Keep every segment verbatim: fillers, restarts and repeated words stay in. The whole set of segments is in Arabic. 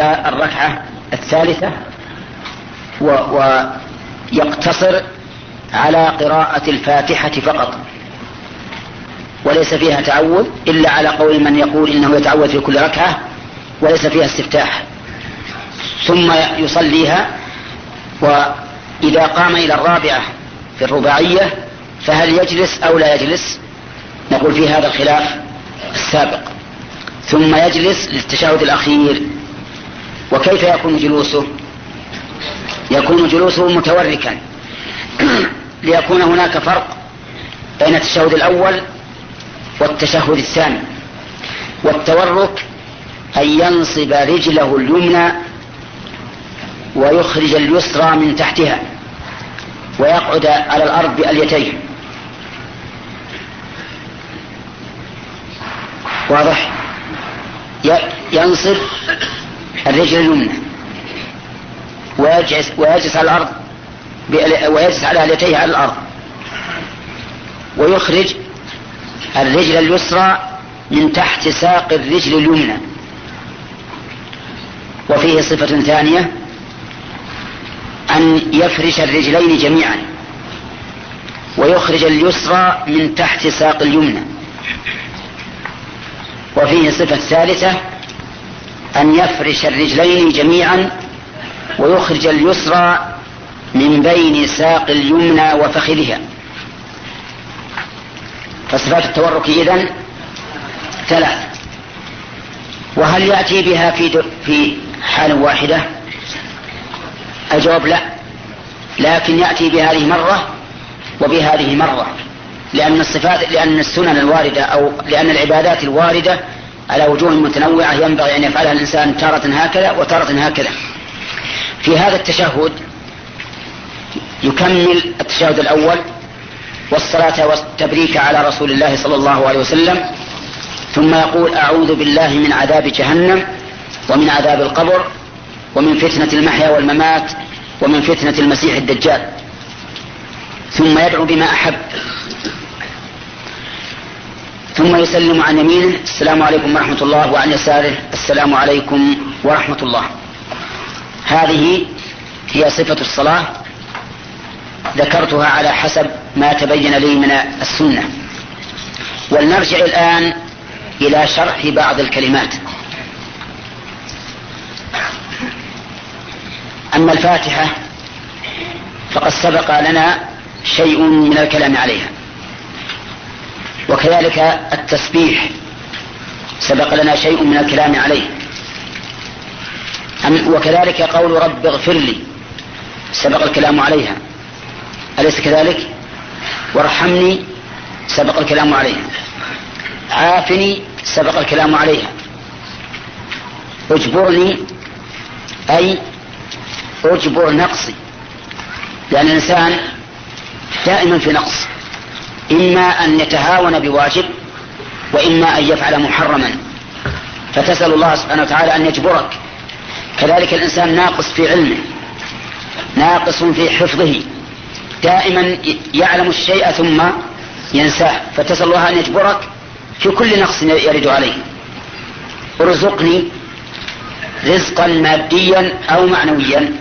إلى الركعة الثالثة ويقتصر على قراءة الفاتحة فقط، وليس فيها تعوذ إلا على قول من يقول إنه يتعوذ في كل ركعة وليس فيها استفتاح، ثم يصليها. وإذا قام إلى الرابعة في الرباعية فهل يجلس أو لا يجلس؟ نقول في هذا الخلاف السابق. ثم يجلس للتشهد الأخير. وكيف يكون جلوسه؟ يكون جلوسه متوركا ليكون هناك فرق بين التشهد الأول والتشهد الثاني. والتورك أن ينصب رجله اليمنى ويخرج اليسرى من تحتها ويقعد على الأرض بأليتيه. واضح؟ ينصب الرجل اليمنى ويجلس, ويجلس على الأرض ويجلس على أليتيه على الأرض ويخرج الرجل اليسرى من تحت ساق الرجل اليمنى. وفيه صفة ثانية أن يفرش الرجلين جميعا ويخرج اليسرى من تحت ساق اليمنى. وفيه صفة ثالثة أن يفرش الرجلين جميعا ويخرج اليسرى من بين ساق اليمنى وفخذها. فصفات التورك إذن ثلاث. وهل يأتي بها في في حال واحدة؟ الجواب لا، لكن يأتي بهذه مرة وبهذه مرة، لأن الصفات لأن السنن الواردة أو لأن العبادات الواردة على وجوه متنوعة ينبغي أن يفعلها الإنسان تارة هكذا وتارة هكذا. في هذا التشهد يكمل التشهد الأول والصلاة والتبريك على رسول الله صلى الله عليه وسلم، ثم يقول أعوذ بالله من عذاب جهنم ومن عذاب القبر ومن فتنة المحيا والممات ومن فتنة المسيح الدجال، ثم يدعو بما أحب، ثم يسلم عن يمينه السلام عليكم ورحمة الله، وعن يساره السلام عليكم ورحمة الله. هذه هي صفة الصلاة، ذكرتها على حسب ما تبين لي من السنة. ولنرجع الآن إلى شرح بعض الكلمات. أما الفاتحة فقد سبق لنا شيء من الكلام عليها، وكذلك التسبيح سبق لنا شيء من الكلام عليه، وكذلك قول رب اغفر لي سبق الكلام عليها، أليس كذلك؟ وارحمني سبق الكلام عليها، عافني سبق الكلام عليها، اجبرني أي اجبر نقصي، لأن الإنسان دائما في نقص، إما أن يتهاون بواجب وإما أن يفعل محرما، فتسأل الله سبحانه وتعالى أن يجبرك. كذلك الإنسان ناقص في علمه، ناقص في حفظه، دائما يعلم الشيء ثم ينساه، فتسأل الله أن يجبرك في كل نقص يرد عليه. ارزقني رزقا ماديا أو معنويا،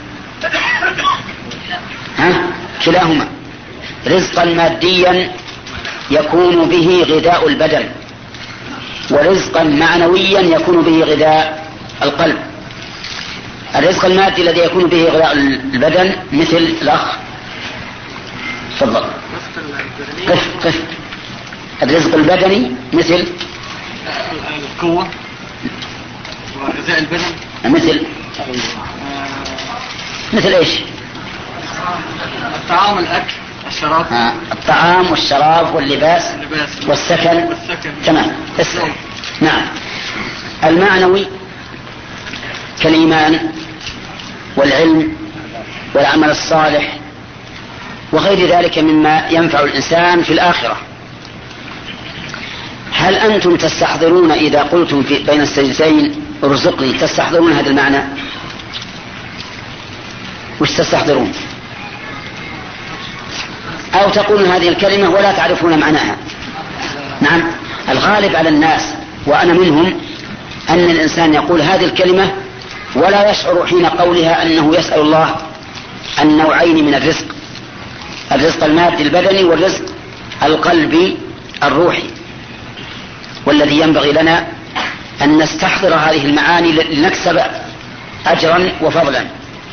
ها كلاهما. رزقا ماديا يكون به غذاء البدن، ورزقا معنويا يكون به غذاء القلب. الرزق المادي الذي يكون به غذاء البدن مثل الأخ تفضل قف قف الرزق البدني مثل القوة وغذاء البدن، مثل مثل ايش؟ الطعام، الأكل، الشراب. آه. الطعام والشراب واللباس والسكن, والسكن. تمام. اسلم. نعم. المعنوي كالإيمان والعلم والعمل الصالح وغير ذلك مما ينفع الإنسان في الآخرة. هل أنتم تستحضرون إذا قلتم في بين السجدتين ارزقني تستحضرون هذا المعنى؟ وش تستحضرون؟ أو تقولون هذه الكلمة ولا تعرفون معناها؟ نعم، الغالب على الناس وأنا منهم أن الإنسان يقول هذه الكلمة ولا يشعر حين قولها أنه يسأل الله النوعين من الرزق، الرزق المادي البدني والرزق القلبي الروحي. والذي ينبغي لنا أن نستحضر هذه المعاني لنكسب أجرا وفضلا.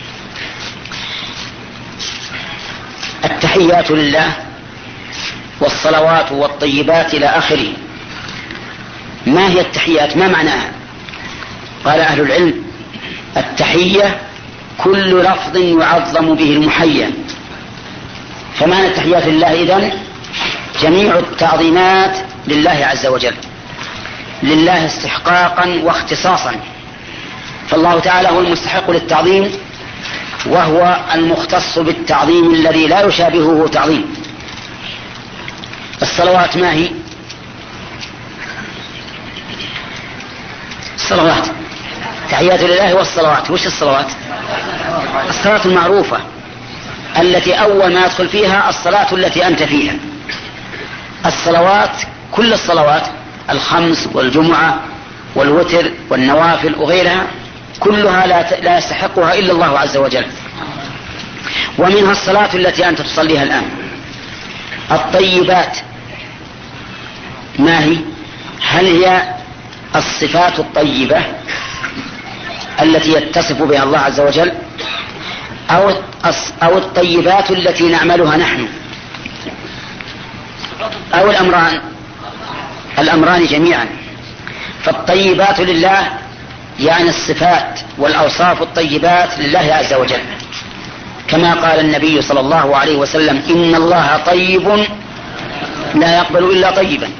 التحيات لله والصلوات والطيبات إلى آخره. ما هي التحيات؟ ما معناها؟ قال أهل العلم: التحية كل لفظ يعظم به المحيا. فمعنى التحيات لله إذن جميع التعظيمات لله عز وجل، لله استحقاقا واختصاصا، فالله تعالى هو المستحق للتعظيم، وهو المختص بالتعظيم الذي لا يشابهه تعظيم. الصلوات ما هي؟ الصلوات تحيات لله والصلوات. وش الصلوات؟ الصلاة المعروفة التي أول ما يدخل فيها الصلاة التي أنت فيها. الصلوات كل الصلوات الخمس والجمعة والوتر والنوافل وغيرها كلها لا يستحقها إلا الله عز وجل، ومنها الصلاة التي أنت تصليها الآن. الطيبات ما هي؟ هل هي الصفات الطيبة التي يتصف بها الله عز وجل، أو أو الطيبات التي نعملها نحن، أو الأمران؟ الأمران جميعا. فالطيبات لله يعني الصفات والأوصاف الطيبات لله عز وجل، كما قال النبي صلى الله عليه وسلم: إن الله طيب لا يقبل إلا طيبا.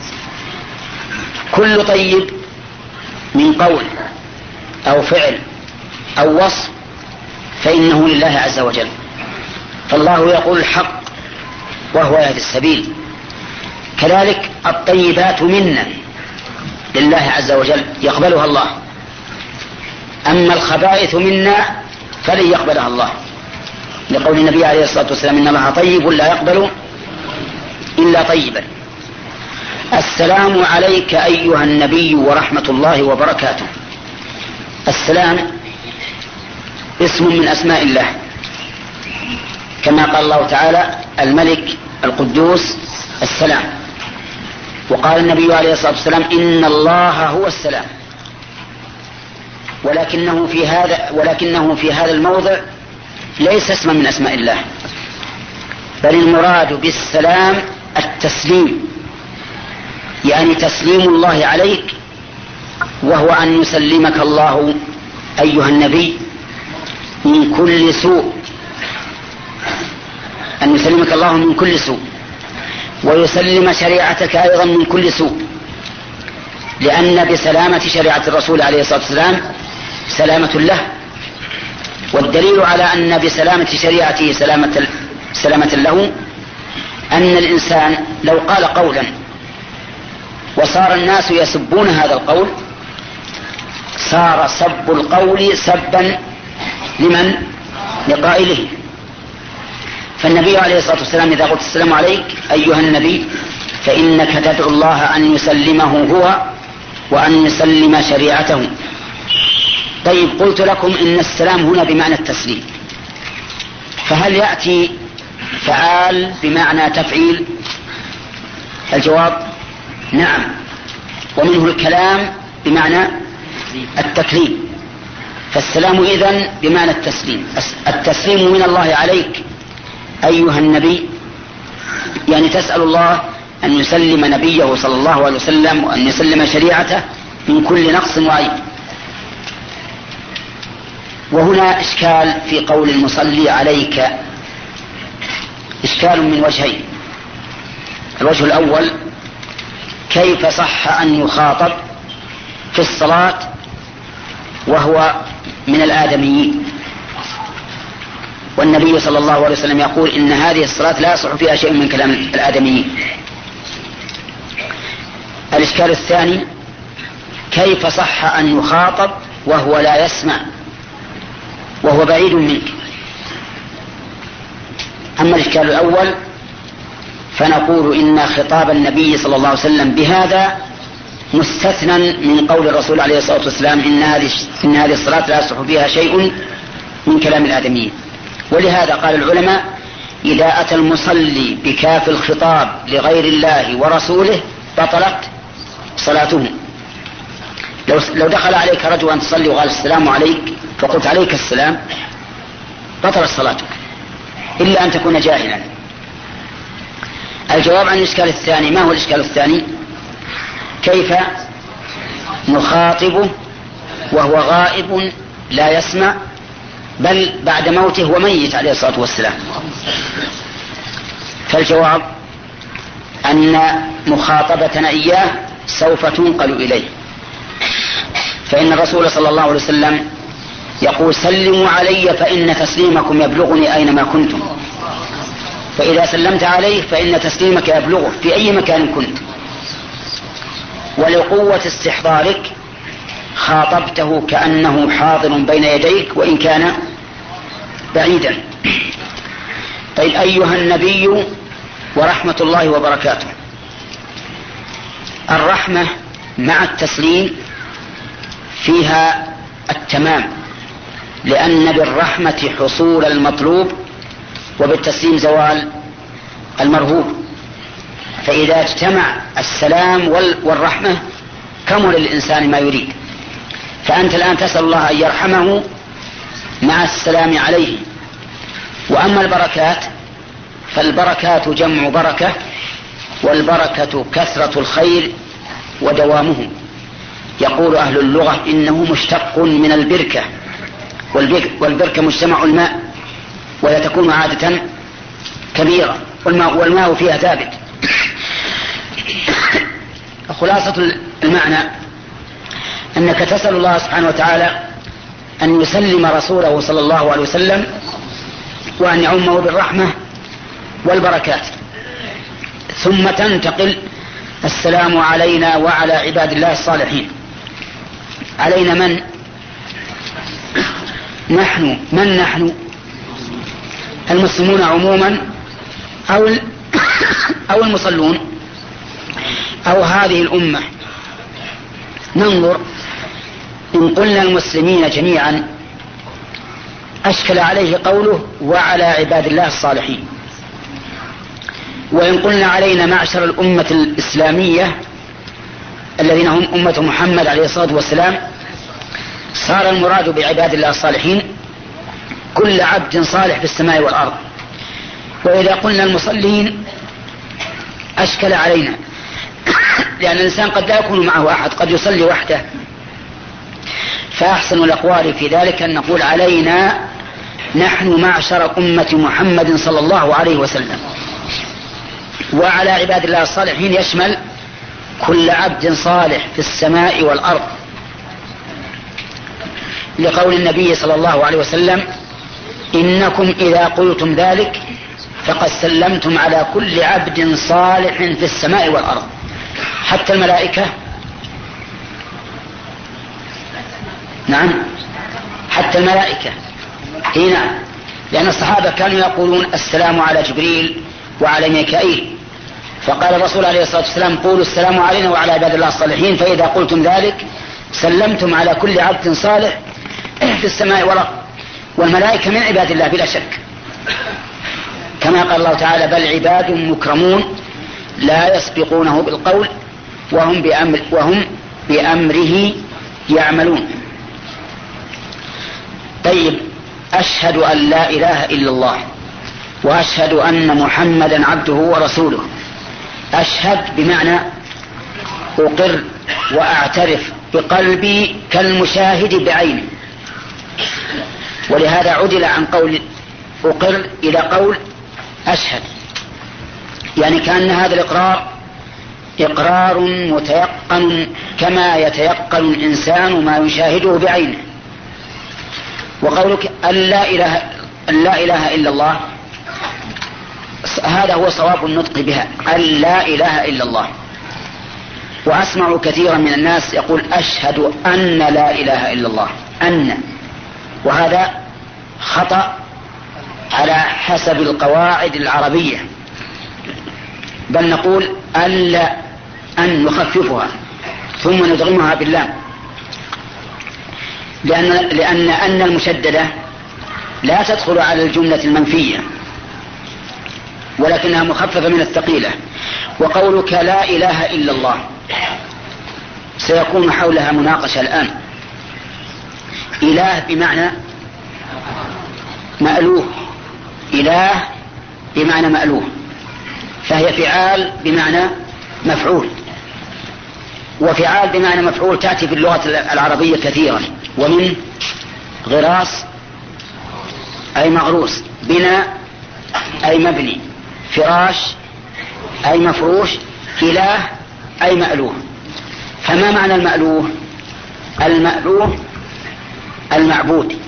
كل طيب من قول أو فعل أو وصف فإنه لله عز وجل. فالله يقول الحق وهو يهدي السبيل. كذلك الطيبات منا لله عز وجل يقبلها الله، أما الخبائث منا فلن يقبلها الله، لقول النبي عليه الصلاة والسلام: إن الله طيب لا يقبل إلا طيبا. السلام عليك أيها النبي ورحمة الله وبركاته. السلام اسم من أسماء الله، كما قال الله تعالى: الملك القدوس السلام. وقال النبي عليه الصلاة والسلام: إن الله هو السلام. ولكنه في هذا ولكنه في هذا الموضع ليس اسما من أسماء الله، بل المراد بالسلام التسليم، يعني تسليم الله عليك، وهو أن يسلمك الله أيها النبي من كل سوء، أن يسلمك الله من كل سوء، ويسلم شريعتك أيضا من كل سوء، لأن بسلامة شريعة الرسول عليه الصلاة والسلام سلامة له. والدليل على أن بسلامة شريعته سلامة, سلامة له أن الإنسان لو قال قولا وصار الناس يسبون هذا القول، صار سب القول سبا لمن؟ لقائله. فالنبي عليه الصلاة والسلام إذا قلت السلام عليك أيها النبي فإنك تدعو الله أن يسلمه هو وأن يسلم شريعته. طيب، قلت لكم إن السلام هنا بمعنى التسليم، فهل يأتي فعال بمعنى تفعيل؟ الجواب نعم، ومنه الكلام بمعنى التكليم. فالسلام إذن بمعنى التسليم، التسليم من الله عليك أيها النبي، يعني تسأل الله أن يسلم نبيه صلى الله عليه وسلم وأن يسلم شريعته من كل نقص وعيب. وهنا إشكال في قول المصلي عليك، إشكال من وجهين. الوجه الأول: كيف صح أن يخاطب في الصلاة وهو من الآدميين، والنبي صلى الله عليه وسلم يقول إن هذه الصلاة لا يصح فيها شيء من كلام الآدميين. الإشكال الثاني: كيف صح أن يخاطب وهو لا يسمع وهو بعيد منك؟ أما الإشكال الأول فنقول إن خطاب النبي صلى الله عليه وسلم بهذا مستثنى من قول الرسول عليه الصلاة والسلام إن هذه إن هذه الصلاة لا يصح فيها شيء من كلام الآدميين. ولهذا قال العلماء إذا أتى المصلي بكاف الخطاب لغير الله ورسوله بطلت صلاته. لو لو دخل عليك رجل أن تصلي وقال السلام عليك فقلت عليك السلام بطلت صلاتك إلا أن تكون جاهلا. الجواب عن الإشكال الثاني، ما هو الإشكال الثاني؟ كيف نخاطبه وهو غائب لا يسمع، بل بعد موته هو ميت عليه الصلاة والسلام؟ فالجواب أن مخاطبتنا إياه سوف تنقل إليه، فإن الرسول صلى الله عليه وسلم يقول سلموا علي فإن تسليمكم يبلغني أينما كنتم، فإذا سلمت عليه فإن تسليمك يبلغه في أي مكان كنت. ولقوة استحضارك خاطبته كأنه حاضر بين يديك وإن كان بعيدا. طيب أيها النبي ورحمة الله وبركاته. الرحمة مع التسليم فيها التمام، لأن بالرحمة حصول المطلوب وبالتسليم زوال المرهوب، فإذا اجتمع السلام والرحمة كمل الإنسان ما يريد. فأنت الآن تسأل الله أن يرحمه مع السلام عليه. وأما البركات فالبركات جمع بركة، والبركة كثرة الخير ودوامه. يقول أهل اللغة إنه مشتق من البركة، والبركة مجتمع الماء ولا تكون عادة كبيرة، والماء, والماء فيها ثابت. خلاصة المعنى أنك تسأل الله سبحانه وتعالى أن يسلم رسوله صلى الله عليه وسلم وأن يعمه بالرحمة والبركات، ثم تنتقل السلام علينا وعلى عباد الله الصالحين. علينا من؟ نحن. من نحن؟ المسلمون عموما أو أو المصلون أو هذه الأمة؟ ننظر. إن قلنا المسلمين جميعا أشكل عليه قوله وعلى عباد الله الصالحين، وإن قلنا علينا معشر الأمة الإسلامية الذين هم أمة محمد عليه الصلاة والسلام صار المراد بعباد الله الصالحين كل عبد صالح في السماء والأرض. وإذا قلنا المصلين أشكل علينا، لأن الإنسان قد لا يكون معه أحد، قد يصلي وحده. فأحسن الأقوال في ذلك أن نقول علينا نحن معشر أمة محمد صلى الله عليه وسلم. وعلى عباد الله الصالحين يشمل كل عبد صالح في السماء والأرض، لقول النبي صلى الله عليه وسلم إنكم إذا قلتم ذلك فقد سلمتم على كل عبد صالح في السماء والأرض، حتى الملائكة. نعم، حتى الملائكة. هنا لأن الصحابة كانوا يقولون السلام على جبريل وعلى ميكائيل، فقال الرسول عليه الصلاة والسلام قولوا السلام علينا وعلى عباد الله الصالحين، فإذا قلتم ذلك سلمتم على كل عبد صالح في السماء والأرض. والملائكة من عباد الله بلا شك، كما قال الله تعالى بل عباد مكرمون لا يسبقونه بالقول وهم بأمر وهم بأمره يعملون. طيب، أشهد أن لا إله إلا الله وأشهد أن محمدا عبده ورسوله. أشهد بمعنى أقر وأعترف بقلبي كالمشاهد بعينه، ولهذا عدل عن قول أقر إلى قول أشهد، يعني كأن هذا الإقرار إقرار متيقن كما يتيقن الإنسان ما يشاهده بعينه. وقولك أن لا إله, أن لا إله إلا الله هذا هو صواب النطق بها، أن لا إله إلا الله. وأسمع كثيرا من الناس يقول أشهد أن لا إله إلا الله، أن، وهذا خطأ على حسب القواعد ثم ندغمها باللام، لأن, لأن أن المشددة لا تدخل على الجملة المنفية ولكنها مخففة من الثقيلة. وقولك لا إله إلا الله سيكون حولها مناقشة الآن. إله بمعنى مألوه، إله بمعنى مألوه، فهي فعال بمعنى مفعول، وفعال بمعنى مفعول تأتي في اللغة العربية كثيرا، ومن غراس أي مغروس، بناء أي مبني، فراش أي مفروش، إله أي مألوه. فما معنى المألوه؟ المألوه المعبود،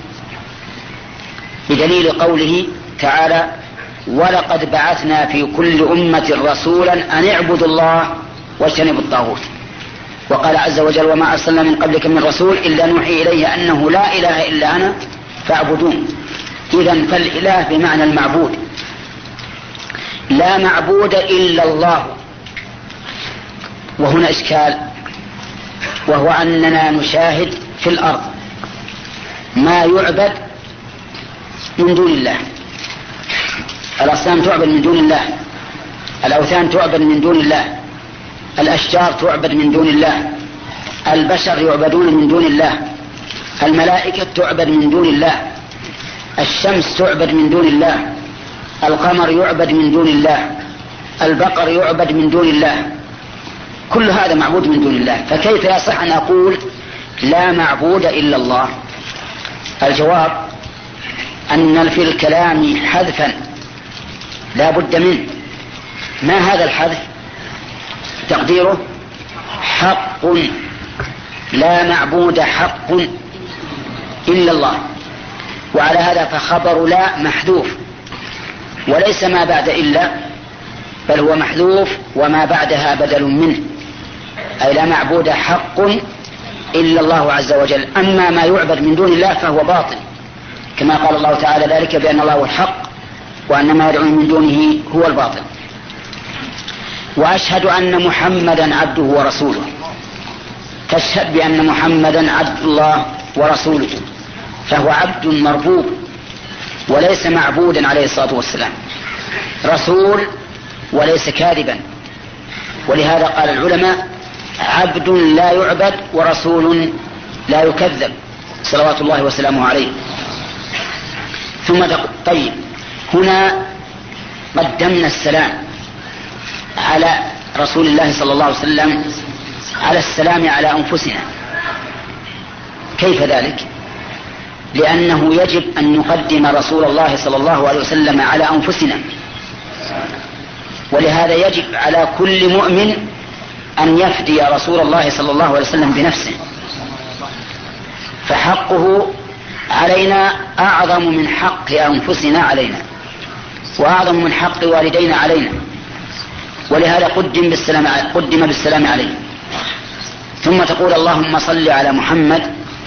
بدليل قوله تعالى ولقد بعثنا في كل أمة رسولا أن اعبدوا الله واجتنبوا الطاغوت. وقال عز وجل وما أرسلنا من قبلك من رسول إلا نوحي إليه أنه لا إله إلا أنا فاعبدون. إذن فالإله بمعنى المعبود، لا معبود إلا الله. وهنا إشكال، وهو أننا نشاهد في الأرض ما يعبد من دون الله. الأصنام تعبد من دون الله، الأوثان تعبد من دون الله، الأشجار تعبد من دون الله، البشر يعبدون من دون الله، الملائكة تعبد من دون الله، الشمس تعبد من دون الله، القمر يعبد من دون الله، البقر يعبد من دون الله، كل هذا معبود من دون الله. فكيف يصح أن أقول لا معبود إلا الله؟ الجواب أن في الكلام حذفا لا بد منه. ما هذا الحذف؟ تقديره حق، لا معبود حق إلا الله. وعلى هذا فخبر لا محذوف، وليس ما بعد إلا، بل هو محذوف وما بعدها بدل منه، أي لا معبود حق إلا الله عز وجل. أما ما يعبد من دون الله فهو باطل، كما قال الله تعالى ذلك بأن الله هو الحق وأن ما يدعون من دونه هو الباطل. وأشهد أن محمدا عبده ورسوله، تشهد بأن محمدا عبد الله ورسوله، فهو عبد مربوب وليس معبودا عليه الصلاة والسلام، رسول وليس كاذبا. ولهذا قال العلماء عبد لا يعبد ورسول لا يكذب صلوات الله وسلامه عليه. ثم طيب، هنا قدمنا السلام على رسول الله صلى الله عليه وسلم على السلام على أنفسنا. كيف ذلك؟ لأنه يجب أن نقدم رسول الله صلى الله عليه وسلم على أنفسنا، ولهذا يجب على كل مؤمن أن يفدي رسول الله صلى الله عليه وسلم بنفسه، فحقه علينا أعظم من حق أنفسنا علينا، وأعظم من حق والدينا علينا، ولهذا قدم بالسلام قدم بالسلام عليه. ثم تقول اللهم صل على محمد.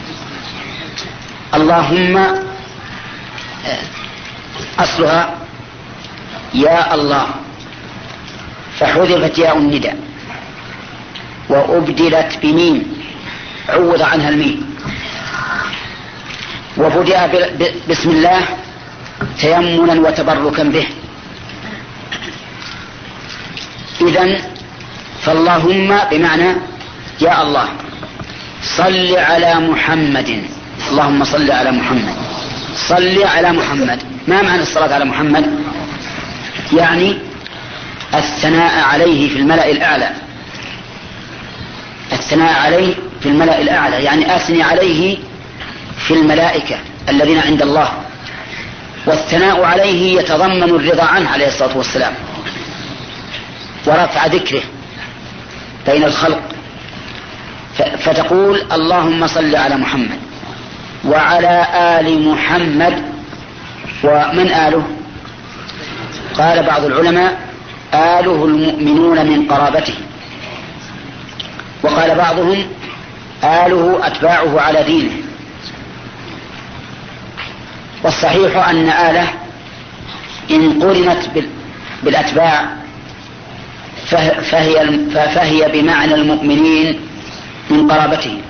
اللهم أصلها يا الله، فحذفت ياء الندى وأبدلت بميم عوض عنها الميم، وبدأ بسم الله تيمنا وتبركا به. إذن فاللهم بمعنى يا الله صل على محمد، اللهم صل على محمد، صل على محمد. ما معنى الصلاة على محمد؟ يعني الثناء عليه في الملأ الأعلى، الثناء عليه في الملأ الأعلى، يعني أثني عليه في الملائكة الذين عند الله. والثناء عليه يتضمن الرضا عنه عليه الصلاة والسلام ورفع ذكره بين الخلق. فتقول اللهم صل على محمد وعلى آل محمد. ومن آله؟ قال بعض العلماء آله المؤمنون من قرابته، وقال بعضهم آله أتباعه على دينه. والصحيح أن آله إن قرنت بالأتباع فهي, فهي بمعنى المؤمنين من قرابته،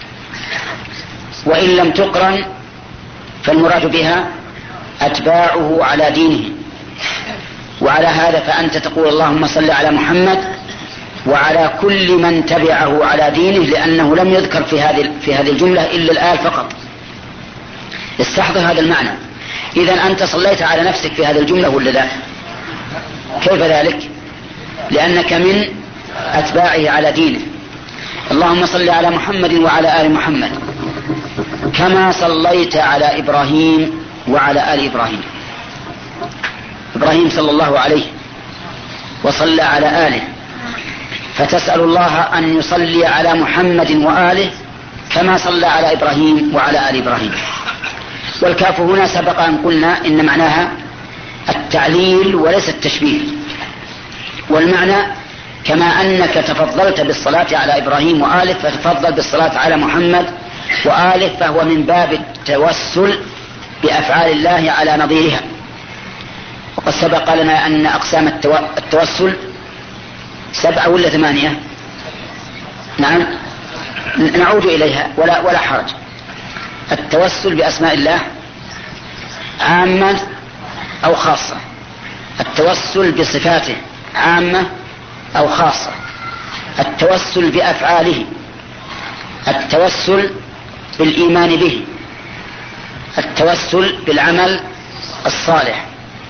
وإن لم تقرن فالمراد بها أتباعه على دينه. وعلى هذا فأنت تقول اللهم صل على محمد وعلى كل من تبعه على دينه، لأنه لم يذكر في هذه في هذه الجملة إلا الآل فقط. استحضر هذا المعنى. إذن أنت صليت على نفسك في هذه الجملة ولا لا؟ كيف ذلك؟ لأنك من أتباعه على دينه. اللهم صل على محمد وعلى آل محمد كما صليت على إبراهيم وعلى آل إبراهيم. إبراهيم صلى الله عليه وصلى على آله، فتسأل الله أن يصلي على محمد وآله كما صلى على إبراهيم وعلى آل إبراهيم. والكاف هنا سبق أن قلنا إن معناها التعليل وليس التشبيه، والمعنى كما أنك تفضلت بالصلاة على إبراهيم وآله فتفضل بالصلاة على محمد وآله، فهو من باب التوسل بأفعال الله على نظيرها. وقد سبق لنا أن أقسام التوسل سبعة ولا ثمانية؟ نعم نعود إليها ولا, ولا حرج. التوسل بأسماء الله عامة أو خاصة، التوسل بصفاته عامة أو خاصة، التوسل بأفعاله، التوسل بالإيمان به، التوسل بالعمل الصالح،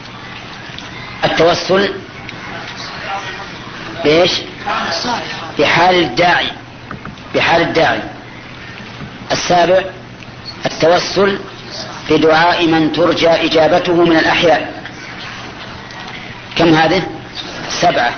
التوسل بإيش؟ بحال الداعي بحال الداعي السابع التوسل بدعاء من ترجى إجابته من الأحياء. كم هذه؟ سبعة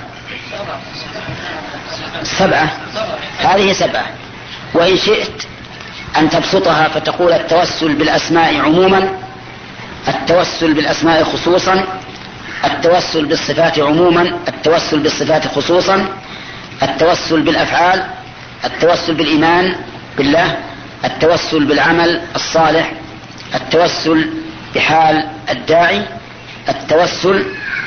سبعة هذه سبعة. وإن شئت أن تبسطها فتقول التوسل بالأسماء عموما، التوسل بالأسماء خصوصا، التوسل بالصفات عموما، التوسل بالصفات خصوصا، التوسل بالأفعال، التوسل بالإيمان بالله، التوسل بالعمل الصالح، التوسل بحال الداعي، التوسل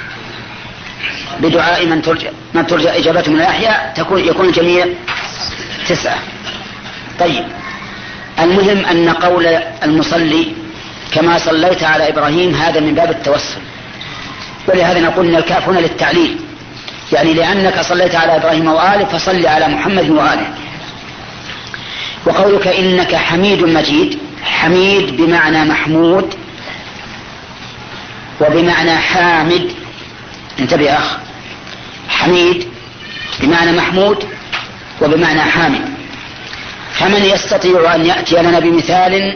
بدعاء من ترجى, من ترجى إجابته من الأحياء. تكون يكون الجميع تسعة. طيب، المهم أن قول المصلي كما صليت على إبراهيم هذا من باب التوسل، ولهذا نقول أن الكاف هنا للتعليل، يعني لأنك صليت على إبراهيم وآله فصل على محمد وآله. وقولك إنك حميد مجيد، حميد بمعنى محمود وبمعنى حامد. انتبه يا أخ، حميد بمعنى محمود وبمعنى حامد. فمن يستطيع أن يأتي لنا بمثال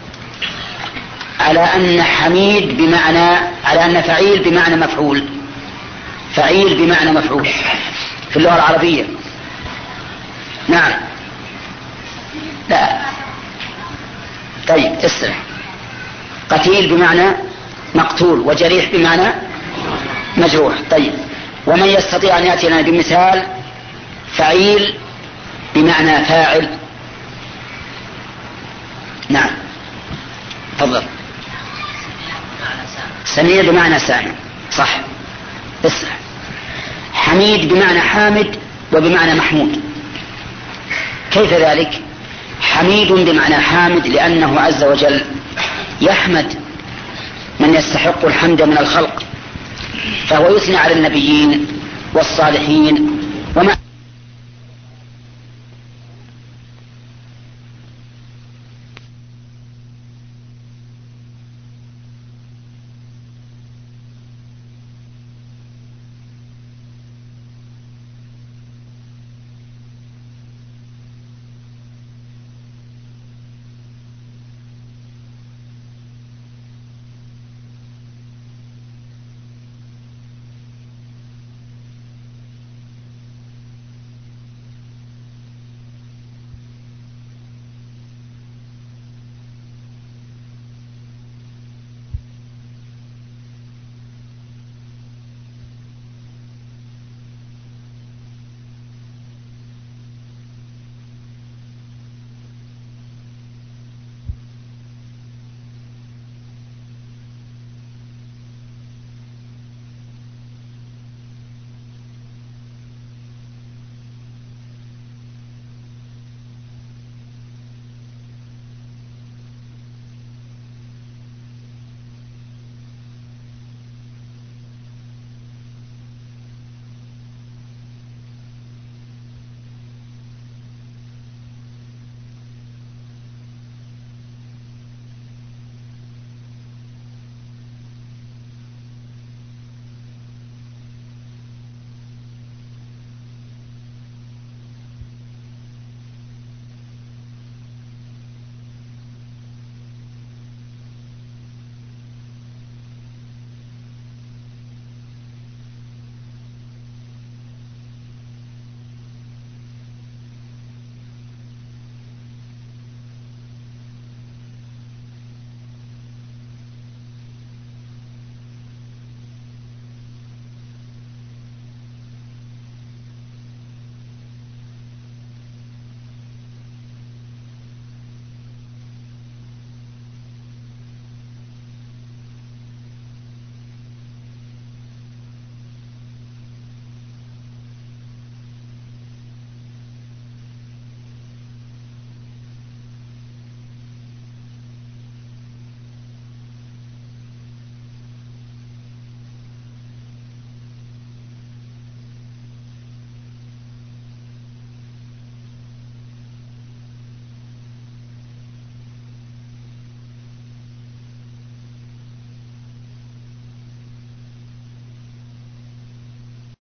على أن حميد بمعنى على أن فعيل بمعنى مفعول، فعيل بمعنى مفعول في اللغة العربية؟ نعم. لا. طيب اسمع، قتيل بمعنى مقتول وجريح بمعنى مجروح. طيب، ومن يستطيع أن يأتي لنا بمثال فعيل بمعنى فاعل؟ نعم تفضل. سميع بمعنى سامع، صح. اسمع، حميد بمعنى حامد وبمعنى محمود. كيف ذلك؟ حميد بمعنى حامد لأنه عز وجل يحمد من يستحق الحمد من الخلق، فهو يثني على النبيين والصالحين وما